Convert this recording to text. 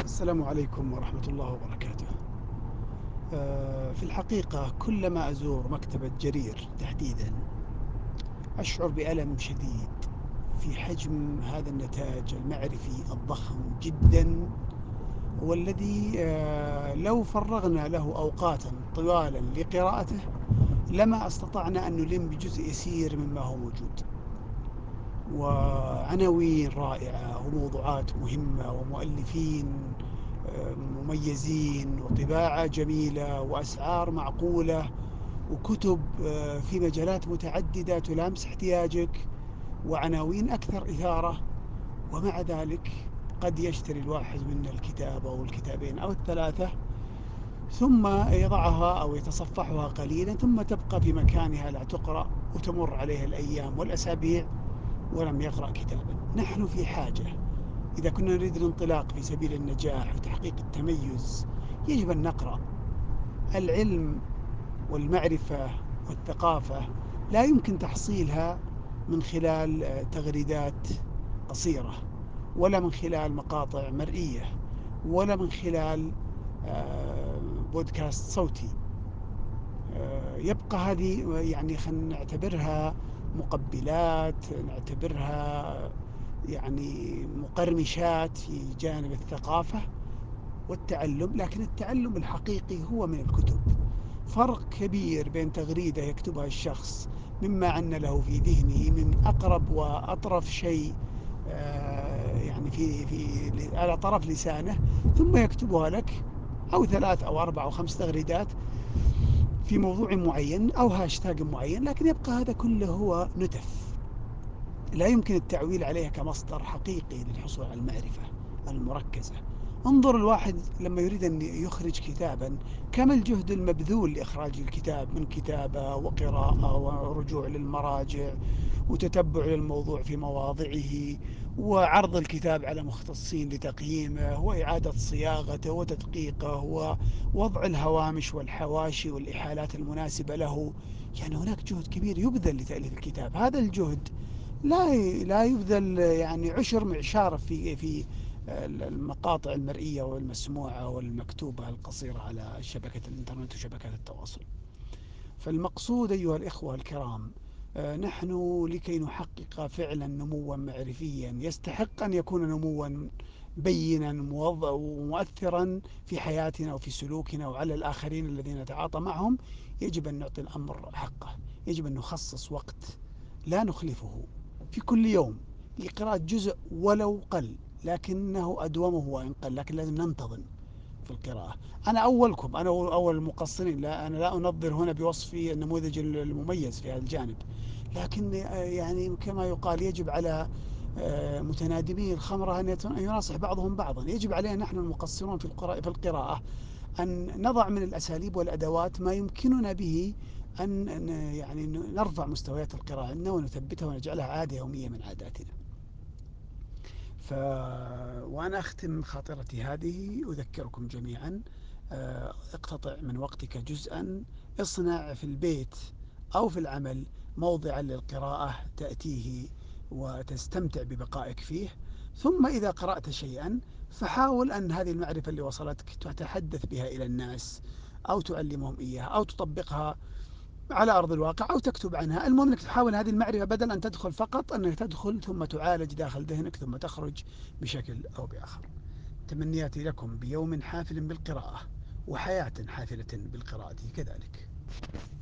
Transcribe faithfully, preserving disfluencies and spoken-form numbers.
السلام عليكم ورحمة الله وبركاته. آه، في الحقيقة كلما أزور مكتبة جرير تحديدا أشعر بألم شديد في حجم هذا النتاج المعرفي الضخم جدا، والذي آه، لو فرغنا له أوقاتا طوالا لقراءته لما استطعنا أن نلم بجزء يسير مما هو موجود. وعناوين رائعة وموضوعات مهمة ومؤلفين آه، مميزين وطباعة جميلة وأسعار معقولة وكتب آه، في مجالات متعددة تلامس احتياجك وعناوين أكثر إثارة. ومع ذلك قد يشتري الواحد منا الكتاب أو الكتابين أو الثلاثة، ثم يضعها أو يتصفحها قليلا ثم تبقى في مكانها لا تقرأ، وتمر عليها الأيام والأسابيع ولم يقرأ كتابا. نحن في حاجة، إذا كنا نريد الانطلاق في سبيل النجاح وتحقيق التميز، يجب أن نقرأ. العلم والمعرفة والثقافة لا يمكن تحصيلها من خلال آه، تغريدات قصيرة، ولا من خلال مقاطع مرئية، ولا من خلال آه، بودكاست صوتي. آه، يبقى هذه يعني خلينا نعتبرها مقبلات، نعتبرها يعني مقرمشات في جانب الثقافة والتعلم، لكن التعلم الحقيقي هو من الكتب. فرق كبير بين تغريدة يكتبها الشخص مما عن له في ذهنه من أقرب وأطرف شيء، آه، يعني في في على طرف لسانه، ثم يكتبها لك، أو ثلاث أو أربع أو خمس تغريدات في موضوع معين أو هاشتاج معين، لكن يبقى هذا كله هو نتف لا يمكن التعويل عليها كمصدر حقيقي للحصول على المعرفة المركزة. انظر، الواحد لما يريد أن يخرج كتابا، كم الجهد المبذول لإخراج الكتاب من كتابة وقراءة ورجوع للمراجع وتتبع للموضوع في مواضعه، وعرض الكتاب على مختصين لتقييمه وإعادة صياغته وتدقيقه ووضع الهوامش والحواشي والإحالات المناسبة له. يعني هناك جهد كبير يبذل لتأليف الكتاب. هذا الجهد لا لا يبذل يعني عشر معشار في في المقاطع المرئية والمسموعة والمكتوبة القصيرة على شبكة الإنترنت وشبكات التواصل. فالمقصود أيها الإخوة الكرام، آه، نحن لكي نحقق فعلا نموا معرفيا يستحق أن يكون نموا بينا ومؤثرا في حياتنا وفي سلوكنا وعلى الآخرين الذين نتعاطى معهم، يجب أن نعطي الأمر حقه. يجب أن نخصص وقت لا نخلفه في كل يوم لقراءة جزء ولو قل، لكنه أدومه وإن قل، لكن لازم ننتظم في القراءة. أنا أولكم، أنا أول المقصرين، لا أنا لا أنظر هنا بوصفي النموذج المميز في هذا الجانب، لكن يعني كما يقال يجب على آه، متنادمي الخمرة أن يناصح بعضهم بعضا. يجب علينا نحن المقصرون في القراءة في القراءة أن نضع من الأساليب والأدوات ما يمكننا به أن يعني نرفع مستويات القراءة عندنا ونثبتها ونجعلها عادة يومية من عاداتنا. ف... وأنا أختم خاطرتي هذه أذكركم جميعا، آه، اقتطع من وقتك جزءا، اصنع في البيت أو في العمل موضعا للقراءة تأتيه وتستمتع ببقائك فيه. ثم إذا قرأت شيئا فحاول أن هذه المعرفة اللي وصلتك تتحدث بها إلى الناس، أو تعلمهم إياها، أو تطبقها على أرض الواقع، أو تكتب عنها. المهم أنك تحاول هذه المعرفة بدل أن تدخل فقط أنك تدخل ثم تعالج داخل ذهنك ثم تخرج بشكل أو بآخر. تمنياتي لكم بيوم حافل بالقراءة وحياة حافلة بالقراءة كذلك.